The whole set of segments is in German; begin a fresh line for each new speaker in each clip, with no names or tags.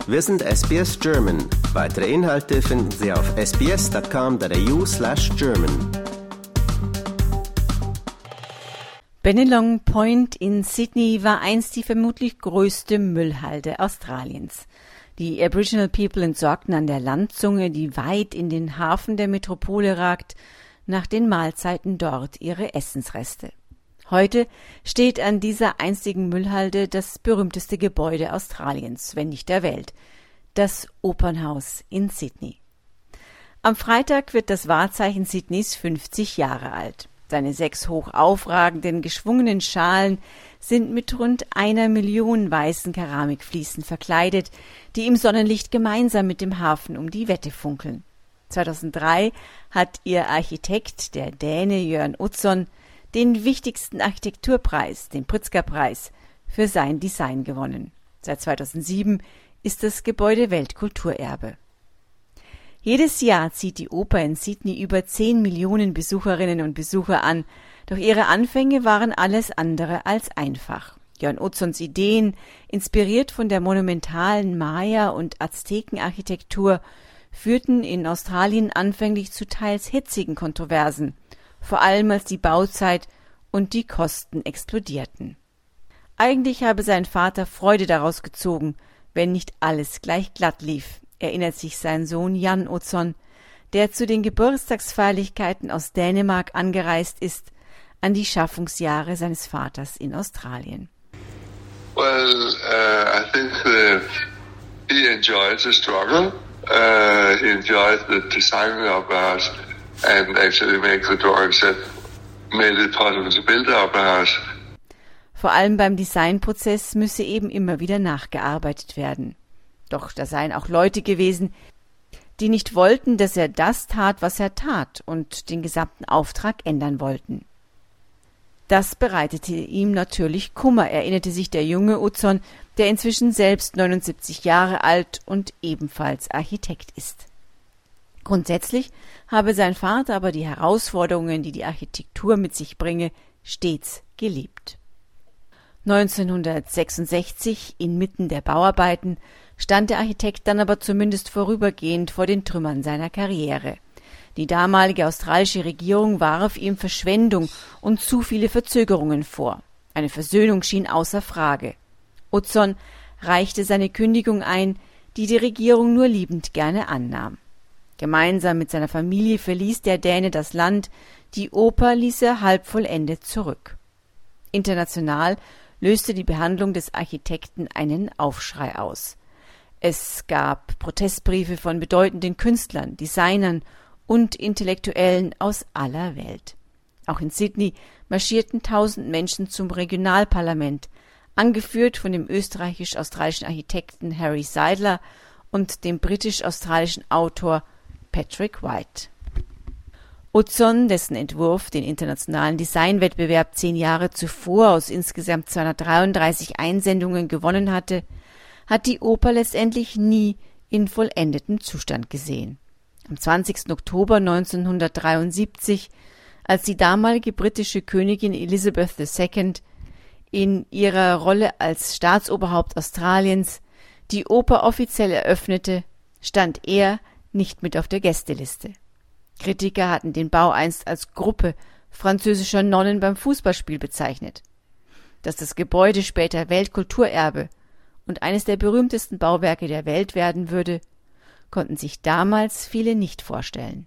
Wir sind SBS German. Weitere Inhalte finden Sie auf sbs.com.au/German.
Bennelong Point in Sydney war einst die vermutlich größte Müllhalde Australiens. Die Aboriginal People entsorgten an der Landzunge, die weit in den Hafen der Metropole ragt, nach den Mahlzeiten dort ihre Essensreste. Heute steht an dieser einstigen Müllhalde das berühmteste Gebäude Australiens, wenn nicht der Welt, das Opernhaus in Sydney. Am Freitag wird das Wahrzeichen Sydneys 50 Jahre alt. Seine 6 hoch aufragenden, geschwungenen Schalen sind mit rund 1 Million weißen Keramikfliesen verkleidet, die im Sonnenlicht gemeinsam mit dem Hafen um die Wette funkeln. 2003 hat ihr Architekt, der Däne Jørn Utzon, den wichtigsten Architekturpreis, den Pritzker-Preis, für sein Design gewonnen. Seit 2007 ist das Gebäude Weltkulturerbe. Jedes Jahr zieht die Oper in Sydney über 10 Millionen Besucherinnen und Besucher an, doch ihre Anfänge waren alles andere als einfach. Jørn Utzons Ideen, inspiriert von der monumentalen Maya- und Aztekenarchitektur, führten in Australien anfänglich zu teils hitzigen Kontroversen, vor allem als die Bauzeit und die Kosten explodierten. Eigentlich habe sein Vater Freude daraus gezogen, wenn nicht alles gleich glatt lief, erinnert sich sein Sohn Jan Utzon, der zu den Geburtstagsfeierlichkeiten aus Dänemark angereist ist, an die Schaffungsjahre seines Vaters in Australien.
Well, I think he enjoys the struggle. He enjoys the designing of the house and actually make the drawings that made it possible to build the opera house.
Vor allem beim Designprozess müsse eben immer wieder nachgearbeitet werden. Doch da seien auch Leute gewesen, die nicht wollten, dass er das tat, was er tat, und den gesamten Auftrag ändern wollten. Das bereitete ihm natürlich Kummer, erinnerte sich der junge Utzon, der inzwischen selbst 79 Jahre alt und ebenfalls Architekt ist. Grundsätzlich habe sein Vater aber die Herausforderungen, die die Architektur mit sich bringe, stets geliebt. 1966, inmitten der Bauarbeiten, stand der Architekt dann aber zumindest vorübergehend vor den Trümmern seiner Karriere. Die damalige australische Regierung warf ihm Verschwendung und zu viele Verzögerungen vor. Eine Versöhnung schien außer Frage. Utzon reichte seine Kündigung ein, die die Regierung nur liebend gerne annahm. Gemeinsam mit seiner Familie verließ der Däne das Land, die Oper ließ er halb vollendet zurück. International löste die Behandlung des Architekten einen Aufschrei aus. Es gab Protestbriefe von bedeutenden Künstlern, Designern und Intellektuellen aus aller Welt. Auch in Sydney marschierten 1000 Menschen zum Regionalparlament, angeführt von dem österreichisch-australischen Architekten Harry Seidler und dem britisch-australischen Autor Patrick White. Utzon, dessen Entwurf den internationalen Designwettbewerb 10 Jahre zuvor aus insgesamt 233 Einsendungen gewonnen hatte, hat die Oper letztendlich nie in vollendetem Zustand gesehen. Am 20. Oktober 1973, als die damalige britische Königin Elizabeth II in ihrer Rolle als Staatsoberhaupt Australiens die Oper offiziell eröffnete, stand er nicht mit auf der Gästeliste. Kritiker hatten den Bau einst als Gruppe französischer Nonnen beim Fußballspiel bezeichnet. Dass das Gebäude später Weltkulturerbe und eines der berühmtesten Bauwerke der Welt werden würde, konnten sich damals viele nicht vorstellen.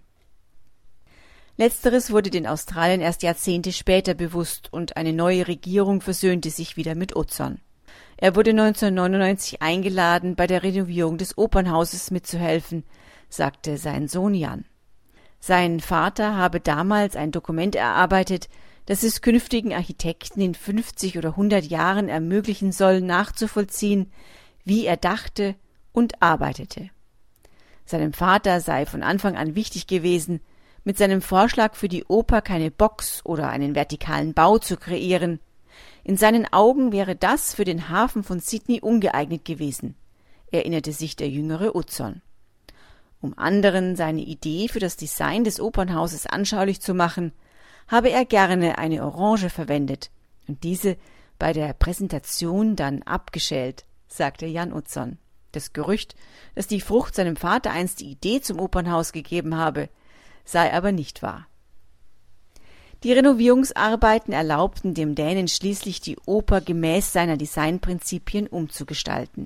Letzteres wurde den Australiern erst Jahrzehnte später bewusst und eine neue Regierung versöhnte sich wieder mit Utzon. Er wurde 1999 eingeladen, bei der Renovierung des Opernhauses mitzuhelfen, sagte sein Sohn Jan. Sein Vater habe damals ein Dokument erarbeitet, das es künftigen Architekten in 50 oder 100 Jahren ermöglichen soll, nachzuvollziehen, wie er dachte und arbeitete. Seinem Vater sei von Anfang an wichtig gewesen, mit seinem Vorschlag für die Oper keine Box oder einen vertikalen Bau zu kreieren. In seinen Augen wäre das für den Hafen von Sydney ungeeignet gewesen, erinnerte sich der jüngere Utzon. Um anderen seine Idee für das Design des Opernhauses anschaulich zu machen, habe er gerne eine Orange verwendet und diese bei der Präsentation dann abgeschält, sagte Jan Utzon. Das Gerücht, dass die Frucht seinem Vater einst die Idee zum Opernhaus gegeben habe, sei aber nicht wahr. Die Renovierungsarbeiten erlaubten dem Dänen schließlich, die Oper gemäß seiner Designprinzipien umzugestalten.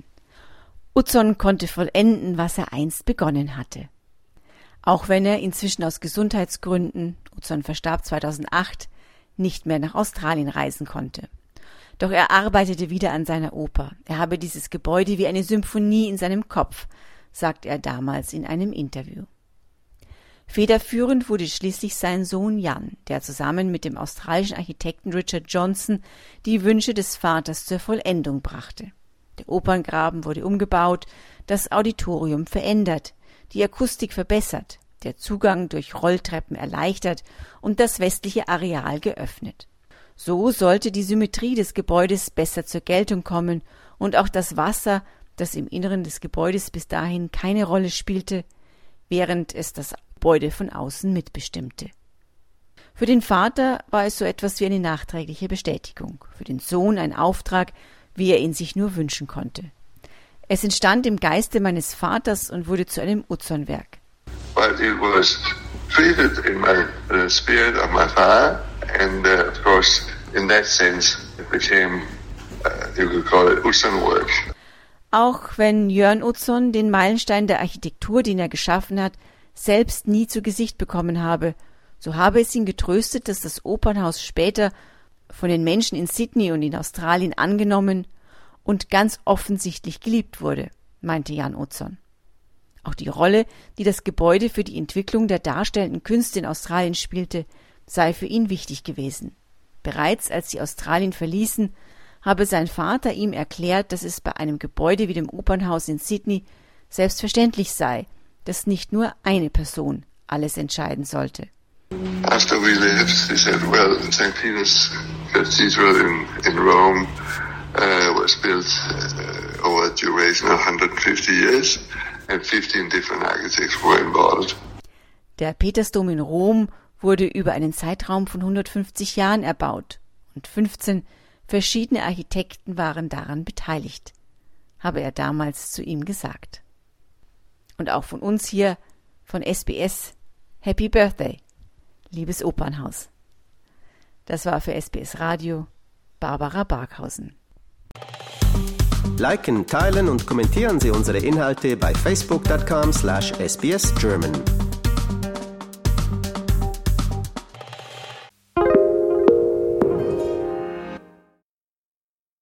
Utzon konnte vollenden, was er einst begonnen hatte. Auch wenn er inzwischen aus Gesundheitsgründen, Utzon verstarb 2008, nicht mehr nach Australien reisen konnte. Doch er arbeitete wieder an seiner Oper. Er habe dieses Gebäude wie eine Symphonie in seinem Kopf, sagte er damals in einem Interview. Federführend wurde schließlich sein Sohn Jan, der zusammen mit dem australischen Architekten Richard Johnson die Wünsche des Vaters zur Vollendung brachte. Der Operngraben wurde umgebaut, das Auditorium verändert, die Akustik verbessert, der Zugang durch Rolltreppen erleichtert und das westliche Areal geöffnet. So sollte die Symmetrie des Gebäudes besser zur Geltung kommen und auch das Wasser, das im Inneren des Gebäudes bis dahin keine Rolle spielte, während es das Gebäude von außen mitbestimmte. Für den Vater war es so etwas wie eine nachträgliche Bestätigung, für den Sohn ein Auftrag, wie er ihn sich nur wünschen konnte. Es entstand im Geiste meines Vaters und wurde zu einem Utzon-Werk.
But it was treated in the spirit of my father, and of course, in that sense, it became, you could call it Utzon work.
Auch wenn Jørn Utzon den Meilenstein der Architektur, den er geschaffen hat, selbst nie zu Gesicht bekommen habe, so habe es ihn getröstet, dass das Opernhaus später von den Menschen in Sydney und in Australien angenommen und ganz offensichtlich geliebt wurde, meinte Jan Utzon. Auch die Rolle, die das Gebäude für die Entwicklung der darstellenden Künste in Australien spielte, sei für ihn wichtig gewesen. Bereits als sie Australien verließen, habe sein Vater ihm erklärt, dass es bei einem Gebäude wie dem Opernhaus in Sydney selbstverständlich sei, dass nicht nur eine Person alles entscheiden sollte.
After we left, he said, well, St. Peter's Cathedral in Rome was built over a duration of 150 years and 15 different architects were involved.
Der Petersdom in Rom wurde über einen Zeitraum von 150 Jahren erbaut und 15 verschiedene Architekten waren daran beteiligt, habe er damals zu ihm gesagt. Und auch von uns hier, von SBS, Happy Birthday, liebes Opernhaus. Das war für SBS Radio Barbara Barkhausen.
Liken, teilen und kommentieren Sie unsere Inhalte bei facebook.com/sbsgerman.